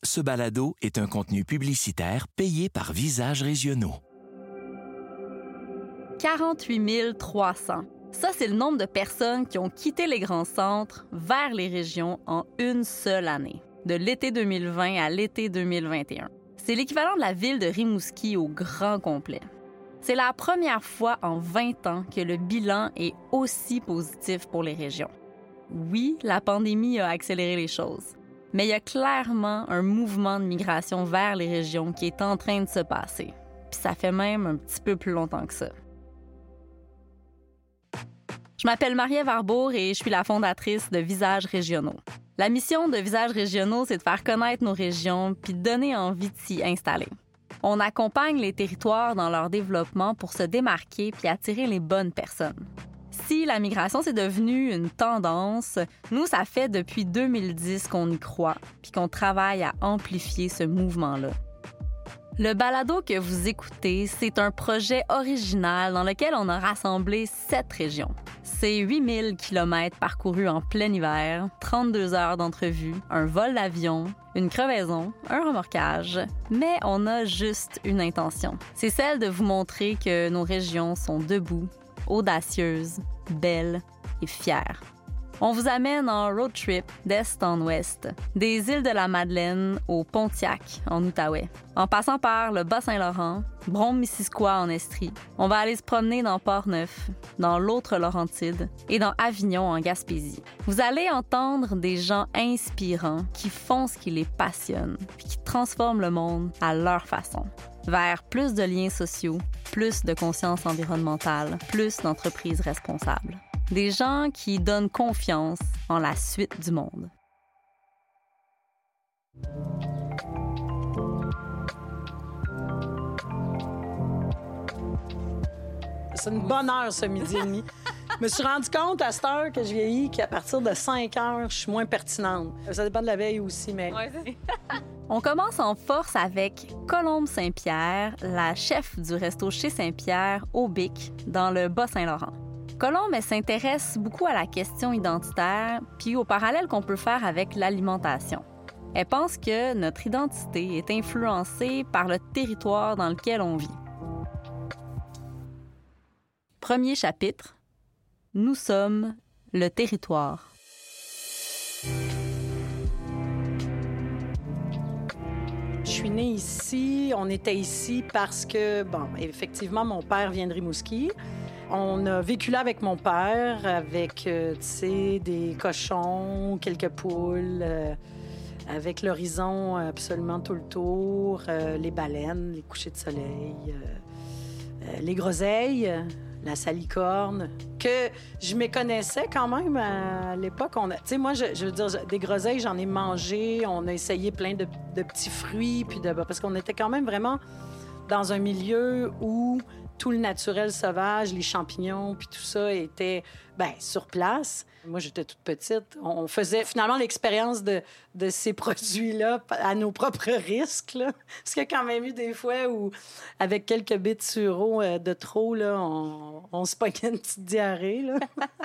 Ce balado est un contenu publicitaire payé par Visages Régionaux. 48 300. Ça, c'est le nombre de personnes qui ont quitté les grands centres vers les régions en une seule année, de l'été 2020 à l'été 2021. C'est l'équivalent de la ville de Rimouski au grand complet. C'est la première fois en 20 ans que le bilan est aussi positif pour les régions. Oui, la pandémie a accéléré les choses, mais il y a clairement un mouvement de migration vers les régions qui est en train de se passer. Puis ça fait même un petit peu plus longtemps que ça. Je m'appelle Marie-Ève Arbour et je suis la fondatrice de Visages Régionaux. La mission de Visages Régionaux, c'est de faire connaître nos régions puis de donner envie de s'y installer. On accompagne les territoires dans leur développement pour se démarquer puis attirer les bonnes personnes. Si la migration, c'est devenu une tendance, nous, ça fait depuis 2010 qu'on y croit puis qu'on travaille à amplifier ce mouvement-là. Le balado que vous écoutez, c'est un projet original dans lequel on a rassemblé 7 régions. C'est 8000 kilomètres parcourus en plein hiver, 32 heures d'entrevue, un vol d'avion, une crevaison, un remorquage. Mais on a juste une intention. C'est celle de vous montrer que nos régions sont debout, audacieuses, belles et fières. On vous amène en road trip d'est en ouest, des îles de la Madeleine au Pontiac, en Outaouais, en passant par le Bas-Saint-Laurent, Brome-Missisquoi en Estrie. On va aller se promener dans Port-Neuf, dans l'autre Laurentide et dans Avignon en Gaspésie. Vous allez entendre des gens inspirants qui font ce qui les passionne puis qui transforment le monde à leur façon. Vers plus de liens sociaux, plus de conscience environnementale, plus d'entreprises responsables. Des gens qui donnent confiance en la suite du monde. C'est une bonne heure, ce midi et demi. Je me suis rendu compte à cette heure que je vieillis qu'à partir de 5 heures, je suis moins pertinente. Ça dépend de la veille aussi, mais... Ouais, on commence en force avec Colombe Saint-Pierre, la chef du resto chez Saint-Pierre au Bic, dans le Bas-Saint-Laurent. Colombe, elle s'intéresse beaucoup à la question identitaire puis au parallèle qu'on peut faire avec l'alimentation. Elle pense que notre identité est influencée par le territoire dans lequel on vit. Premier chapitre. Nous sommes le territoire. Je suis née ici, on était ici parce que, bon, effectivement, mon père vient de Rimouski. On a vécu là avec mon père, avec, tu sais, des cochons, quelques poules, avec l'horizon absolument tout le tour, les baleines, les couchers de soleil, les groseilles, la salicorne, que je méconnaissais quand même à l'époque. Tu sais, moi, je veux dire, des groseilles, j'en ai mangé, on a essayé plein de petits fruits, puis parce qu'on était quand même vraiment dans un milieu où tout le naturel sauvage, les champignons, puis tout ça était, sur place. Moi, j'étais toute petite. On faisait finalement l'expérience de ces produits-là à nos propres risques, là. Parce qu'il y a quand même eu des fois où, avec quelques bits de sureau de trop, là, on se pognait une petite diarrhée, là.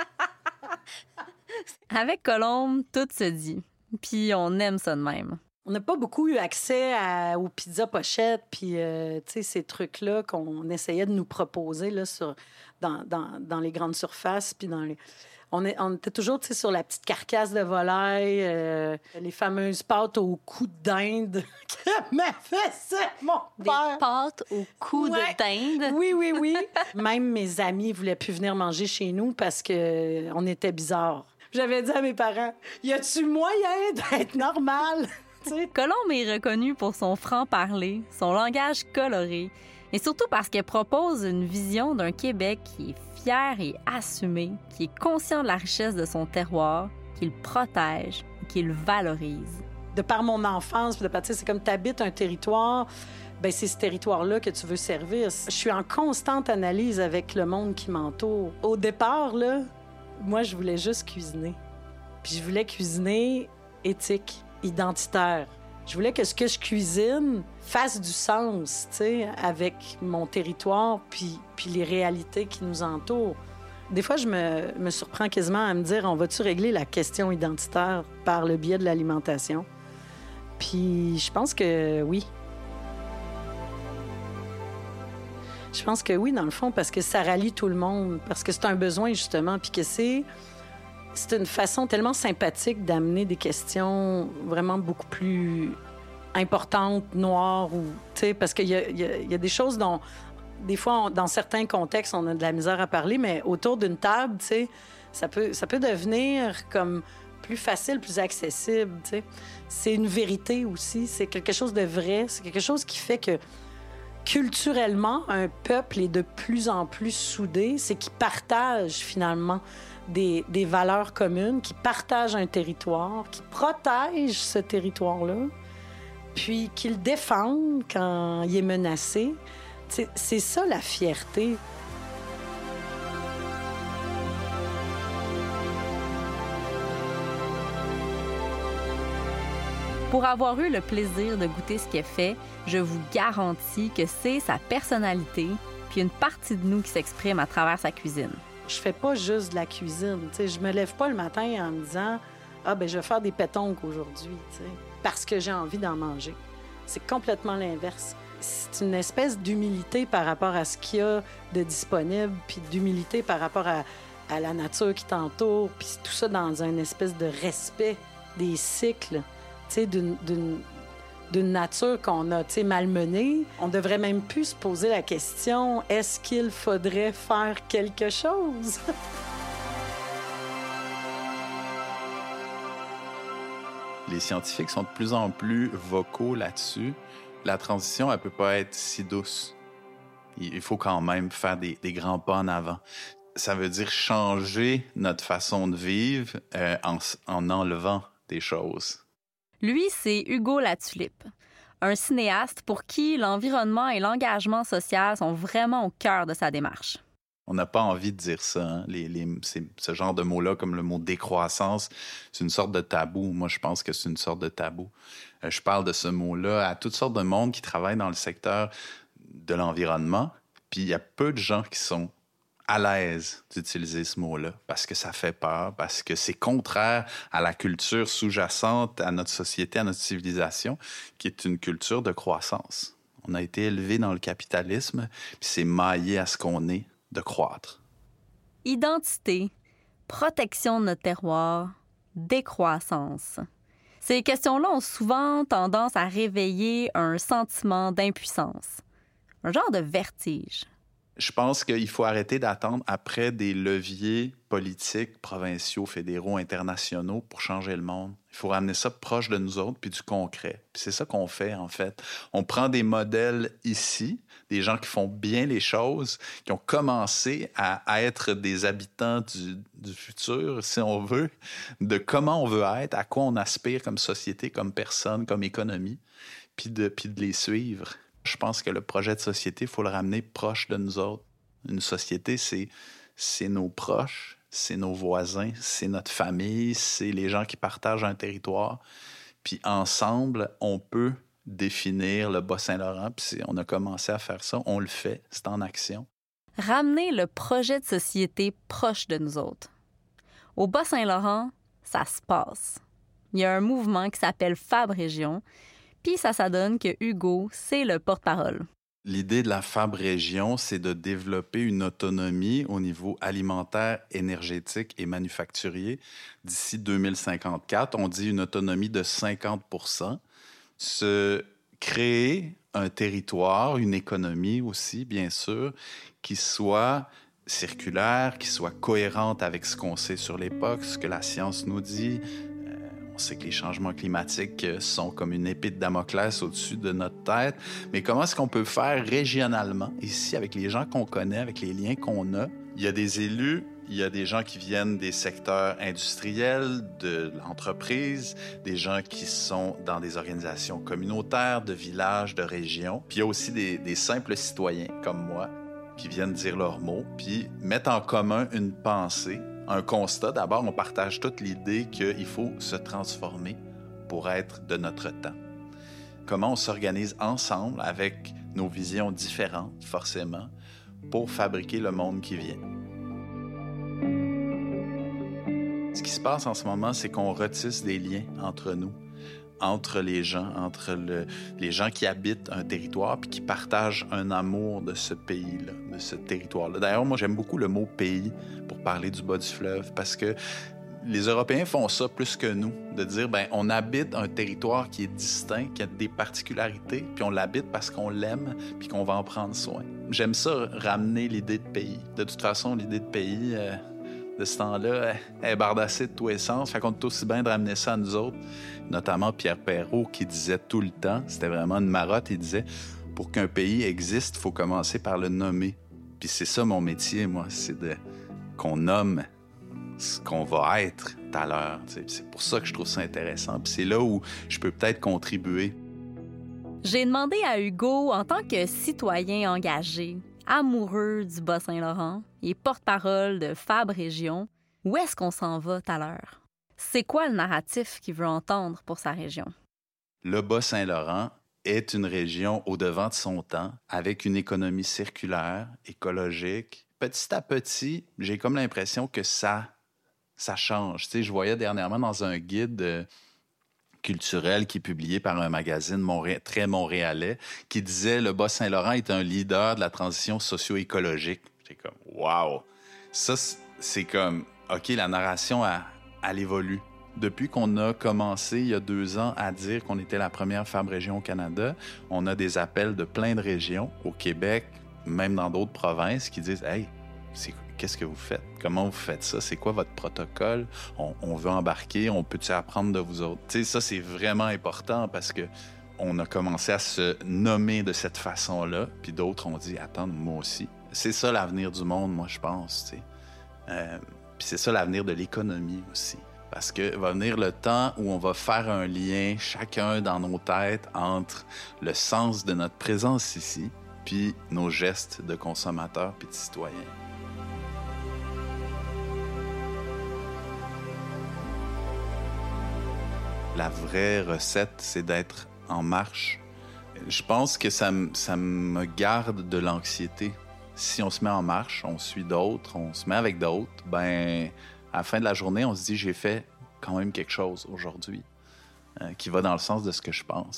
Avec Colombe, tout se dit. Puis on aime ça de même. On n'a pas beaucoup eu accès aux pizzas pochettes, puis ces trucs-là qu'on essayait de nous proposer là, dans les grandes surfaces, puis on était toujours sur la petite carcasse de volaille, les fameuses pâtes au cou d'Inde que m'a fait mon père. Des pâtes au cou de dinde? Oui. Même mes amis ne voulaient plus venir manger chez nous parce qu'on était bizarres. J'avais dit à mes parents, « Y a-tu moyen d'être normal? » Colombe est reconnue pour son franc-parler, son langage coloré, et surtout parce qu'elle propose une vision d'un Québec qui est fier et assumé, qui est conscient de la richesse de son terroir, qu'il protège et qu'il valorise. De par mon enfance, c'est comme tu habites un territoire, c'est ce territoire-là que tu veux servir. Je suis en constante analyse avec le monde qui m'entoure. Au départ, là, moi, je voulais juste cuisiner. Puis je voulais cuisiner éthique, identitaire. Je voulais que ce que je cuisine fasse du sens, tu sais, avec mon territoire puis les réalités qui nous entourent. Des fois, je me surprends quasiment à me dire, on va-tu régler la question identitaire par le biais de l'alimentation? Puis je pense que oui. Je pense que oui, dans le fond, parce que ça rallie tout le monde, parce que c'est un besoin, justement, puis que c'est une façon tellement sympathique d'amener des questions vraiment beaucoup plus importantes, noires, ou, tu sais, parce qu'il y a des choses dont, des fois, dans certains contextes, on a de la misère à parler, mais autour d'une table, tu sais, ça peut devenir comme plus facile, plus accessible, tu sais. C'est une vérité aussi, c'est quelque chose de vrai, c'est quelque chose qui fait que culturellement, un peuple est de plus en plus soudé, c'est qu'il partage finalement des valeurs communes, qui partagent un territoire, qui protège ce territoire-là, puis qu'il défende quand il est menacé. C'est ça la fierté. Pour avoir eu le plaisir de goûter ce qu'elle fait, je vous garantis que c'est sa personnalité puis une partie de nous qui s'exprime à travers sa cuisine. Je fais pas juste de la cuisine. T'sais, je me lève pas le matin en me disant « Ah, ben je vais faire des pétoncles aujourd'hui, parce que j'ai envie d'en manger. » C'est complètement l'inverse. C'est une espèce d'humilité par rapport à ce qu'il y a de disponible, puis d'humilité par rapport à la nature qui t'entoure, puis tout ça dans une espèce de respect des cycles. D'une nature qu'on a malmenée. On devrait même plus se poser la question, est-ce qu'il faudrait faire quelque chose? Les scientifiques sont de plus en plus vocaux là-dessus. La transition, elle peut pas être si douce. Il faut quand même faire des grands pas en avant. Ça veut dire changer notre façon de vivre en enlevant des choses. Lui, c'est Hugo Latulippe, un cinéaste pour qui l'environnement et l'engagement social sont vraiment au cœur de sa démarche. On n'a pas envie de dire ça. Hein? Ce genre de mots-là, comme le mot décroissance, c'est une sorte de tabou. Moi, je pense que c'est une sorte de tabou. Je parle de ce mot-là à toutes sortes de monde qui travaillent dans le secteur de l'environnement. Puis il y a peu de gens qui sont à l'aise d'utiliser ce mot-là parce que ça fait peur, parce que c'est contraire à la culture sous-jacente à notre société, à notre civilisation, qui est une culture de croissance. On a été élevé dans le capitalisme, puis c'est maillé à ce qu'on est de croître. Identité, protection de notre terroir, décroissance. Ces questions-là ont souvent tendance à réveiller un sentiment d'impuissance, un genre de vertige. Je pense qu'il faut arrêter d'attendre après des leviers politiques, provinciaux, fédéraux, internationaux pour changer le monde. Il faut ramener ça proche de nous autres, puis du concret. Puis c'est ça qu'on fait, en fait. On prend des modèles ici, des gens qui font bien les choses, qui ont commencé à être des habitants du futur, si on veut, de comment on veut être, à quoi on aspire comme société, comme personne, comme économie, puis de les suivre. Je pense que le projet de société, il faut le ramener proche de nous autres. Une société, c'est nos proches, c'est nos voisins, c'est notre famille, c'est les gens qui partagent un territoire. Puis ensemble, on peut définir le Bas-Saint-Laurent. Puis on a commencé à faire ça, on le fait, c'est en action. Ramener le projet de société proche de nous autres. Au Bas-Saint-Laurent, ça se passe. Il y a un mouvement qui s'appelle Fab Région. Puis ça donne que Hugo, c'est le porte-parole. L'idée de la Fab Région, c'est de développer une autonomie au niveau alimentaire, énergétique et manufacturier d'ici 2054. On dit une autonomie de 50%. Se créer un territoire, une économie aussi, bien sûr, qui soit circulaire, qui soit cohérente avec ce qu'on sait sur l'époque, ce que la science nous dit. On sait que les changements climatiques sont comme une épée de Damoclès au-dessus de notre tête. Mais comment est-ce qu'on peut faire régionalement, ici, avec les gens qu'on connaît, avec les liens qu'on a? Il y a des élus, il y a des gens qui viennent des secteurs industriels, de l'entreprise, des gens qui sont dans des organisations communautaires, de villages, de régions. Puis il y a aussi des simples citoyens comme moi qui viennent dire leurs mots, puis mettre en commun une pensée, un constat. D'abord, on partage toute l'idée qu'il faut se transformer pour être de notre temps. Comment on s'organise ensemble avec nos visions différentes, forcément, pour fabriquer le monde qui vient. Ce qui se passe en ce moment, c'est qu'on retisse des liens entre nous, entre les gens, les gens qui habitent un territoire puis qui partagent un amour de ce pays-là, de ce territoire-là. D'ailleurs, moi, j'aime beaucoup le mot « pays » pour parler du bas du fleuve parce que les Européens font ça plus que nous, de dire, ben, on habite un territoire qui est distinct, qui a des particularités, puis on l'habite parce qu'on l'aime puis qu'on va en prendre soin. J'aime ça, ramener l'idée de pays. De toute façon, l'idée de pays... de ce temps-là, elle est bardassée de tous les sens. Fait qu'on est aussi bien de ramener ça à nous autres. Notamment Pierre Perrault qui disait tout le temps, c'était vraiment une marotte, il disait « Pour qu'un pays existe, il faut commencer par le nommer. » Puis c'est ça mon métier, moi, c'est qu'on nomme ce qu'on va être tout à l'heure. C'est pour ça que je trouve ça intéressant. Puis c'est là où je peux peut-être contribuer. J'ai demandé à Hugo, en tant que citoyen engagé, amoureux du Bas-Saint-Laurent et porte-parole de Fab Région, où est-ce qu'on s'en va tout à l'heure? C'est quoi le narratif qu'il veut entendre pour sa région? Le Bas-Saint-Laurent est une région au devant de son temps, avec une économie circulaire, écologique. Petit à petit, j'ai comme l'impression que ça change. Tu sais, je voyais dernièrement dans un guide culturel qui est publié par un magazine très montréalais qui disait « Le Bas-Saint-Laurent est un leader de la transition socio-écologique ». J'étais comme « Wow! » Ça, c'est comme « OK, la narration, elle évolue. » Depuis qu'on a commencé, il y a 2 ans, à dire qu'on était la première Fab Région au Canada, on a des appels de plein de régions, au Québec, même dans d'autres provinces, qui disent « Hey, qu'est-ce que vous faites? Comment vous faites ça? C'est quoi votre protocole? On veut embarquer, on peut-tu apprendre de vous autres? » Tu sais, ça, c'est vraiment important parce que on a commencé à se nommer de cette façon-là, puis d'autres ont dit « Attends, moi aussi. » C'est ça l'avenir du monde, moi, je pense, tu sais. Puis c'est ça l'avenir de l'économie aussi. Parce que va venir le temps où on va faire un lien, chacun dans nos têtes, entre le sens de notre présence ici, puis nos gestes de consommateurs puis de citoyens. La vraie recette, c'est d'être en marche. Je pense que ça me garde de l'anxiété. Si on se met en marche, on suit d'autres, on se met avec d'autres, ben à la fin de la journée, on se dit « J'ai fait quand même quelque chose aujourd'hui qui va dans le sens de ce que je pense. »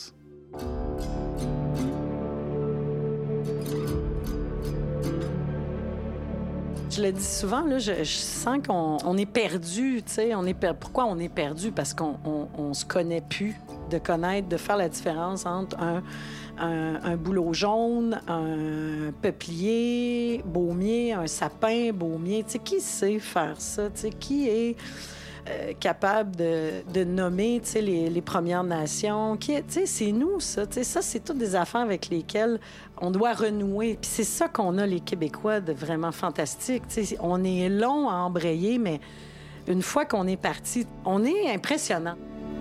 Je le dis souvent, là, je sens qu'on est perdu, tu sais. Pourquoi on est perdu? Parce qu'on se connaît plus. De connaître, de faire la différence entre un bouleau jaune, un peuplier, baumier, un sapin, baumier. Tu sais, qui sait faire ça? Tu sais, qui est capable de nommer, tu sais, les Premières Nations? Tu sais, c'est nous, ça. Tu sais, ça, c'est toutes des affaires avec lesquelles on doit renouer. Puis c'est ça qu'on a, les Québécois, de vraiment fantastique. Tu sais, on est long à embrayer, mais une fois qu'on est parti, on est impressionnant.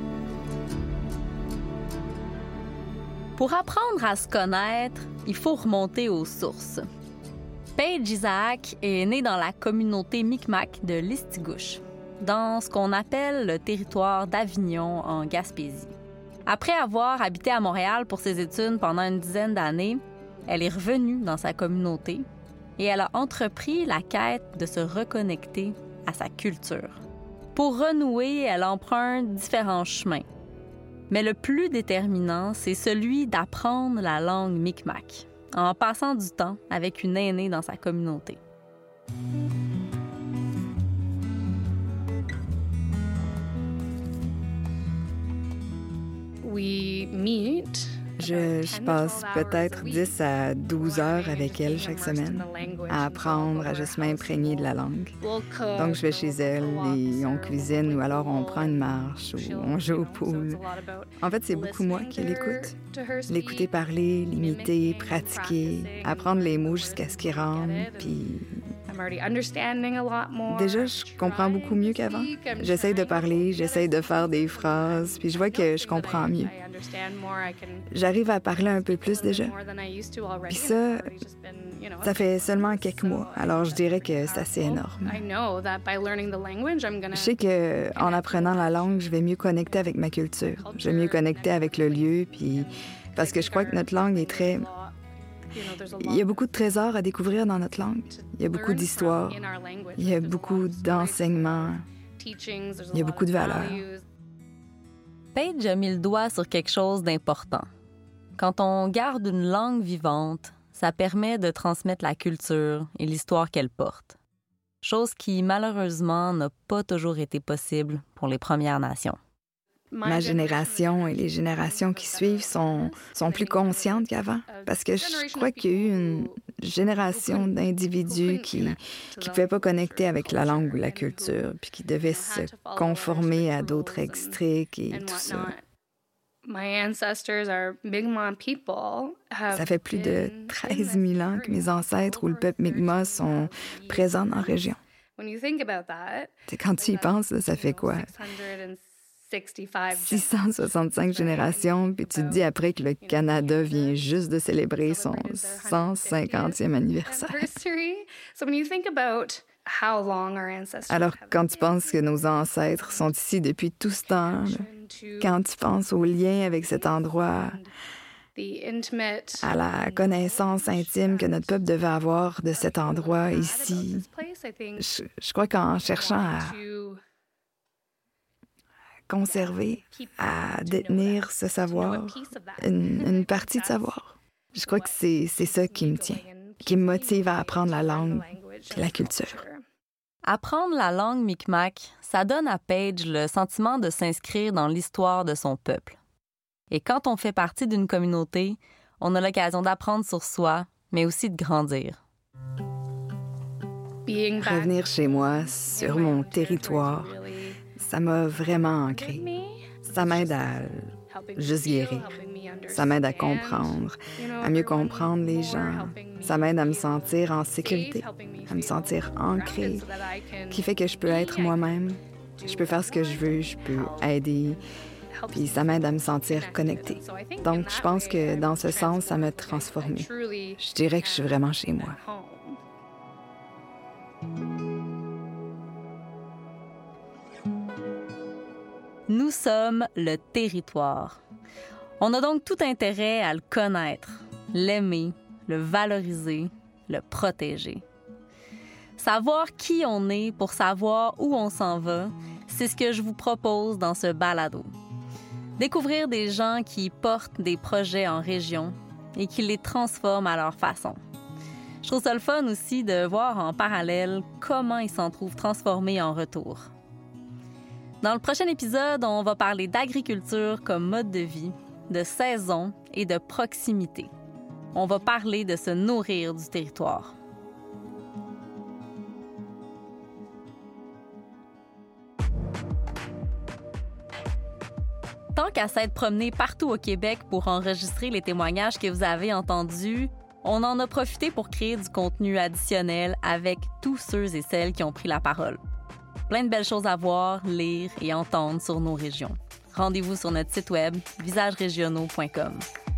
Pour apprendre à se connaître, il faut remonter aux sources. Paige Isaac est née dans la communauté Micmac de Listigouche, dans ce qu'on appelle le territoire d'Avignon en Gaspésie. Après avoir habité à Montréal pour ses études pendant une dizaine d'années, elle est revenue dans sa communauté et elle a entrepris la quête de se reconnecter à sa culture. Pour renouer, elle emprunte différents chemins. Mais le plus déterminant, c'est celui d'apprendre la langue Micmac, en passant du temps avec une aînée dans sa communauté. Je passe peut-être 10 à 12 heures avec elle chaque semaine, à apprendre, à juste m'imprégner de la langue. Donc, je vais chez elle et on cuisine ou alors on prend une marche ou on joue au pool. En fait, c'est beaucoup moi qui l'écoute. L'écouter parler, l'imiter, pratiquer, apprendre les mots jusqu'à ce qu'ils rentrent, puis... Déjà, je comprends beaucoup mieux qu'avant. J'essaye de parler, j'essaye de faire des phrases, puis je vois que je comprends mieux. J'arrive à parler un peu plus déjà. Puis ça fait seulement quelques mois, alors je dirais que c'est assez énorme. Je sais qu'en apprenant la langue, je vais mieux connecter avec ma culture. Je vais mieux connecter avec le lieu, puis parce que je crois que notre langue est très... Il y a beaucoup de trésors à découvrir dans notre langue. Il y a beaucoup d'histoires. Il y a beaucoup d'enseignements. Il y a beaucoup de valeurs. Paige a mis le doigt sur quelque chose d'important. Quand on garde une langue vivante, ça permet de transmettre la culture et l'histoire qu'elle porte. Chose qui, malheureusement, n'a pas toujours été possible pour les Premières Nations. Ma génération et les générations qui suivent sont plus conscientes qu'avant, parce que je crois qu'il y a eu une génération d'individus qui ne pouvaient pas connecter avec la langue ou la culture, puis qui devaient se conformer à d'autres extraits et tout ça. Ça fait plus de 13 000 ans que mes ancêtres ou le peuple Mi'kmaq sont présents dans la région. Quand tu y penses, là, ça fait quoi? 665 générations, puis tu te dis après que le Canada vient juste de célébrer son 150e anniversaire. Alors, quand tu penses que nos ancêtres sont ici depuis tout ce temps, là, quand tu penses au lien avec cet endroit, à la connaissance intime que notre peuple devait avoir de cet endroit ici, je crois qu'en cherchant à conserver, à détenir ce savoir, une partie de savoir. Je crois que c'est ça qui me tient, qui me motive à apprendre la langue et la culture. Apprendre la langue Mi'kmaq, ça donne à Paige le sentiment de s'inscrire dans l'histoire de son peuple. Et quand on fait partie d'une communauté, on a l'occasion d'apprendre sur soi, mais aussi de grandir. Revenir chez moi, sur mon territoire, ça m'a vraiment ancré. Ça m'aide à juste guérir. Ça m'aide à comprendre, à mieux comprendre les gens. Ça m'aide à me sentir en sécurité, à me sentir ancrée, qui fait que je peux être moi-même. Je peux faire ce que je veux, je peux aider, puis ça m'aide à me sentir connectée. Donc, je pense que dans ce sens, ça m'a transformée. Je dirais que je suis vraiment chez moi. Nous sommes le territoire. On a donc tout intérêt à le connaître, l'aimer, le valoriser, le protéger. Savoir qui on est pour savoir où on s'en va, c'est ce que je vous propose dans ce balado. Découvrir des gens qui portent des projets en région et qui les transforment à leur façon. Je trouve ça le fun aussi de voir en parallèle comment ils s'en trouvent transformés en retour. Dans le prochain épisode, on va parler d'agriculture comme mode de vie, de saison et de proximité. On va parler de se nourrir du territoire. Tant qu'à s'être promené partout au Québec pour enregistrer les témoignages que vous avez entendus, on en a profité pour créer du contenu additionnel avec tous ceux et celles qui ont pris la parole. Plein de belles choses à voir, lire et entendre sur nos régions. Rendez-vous sur notre site web visagesregionaux.com.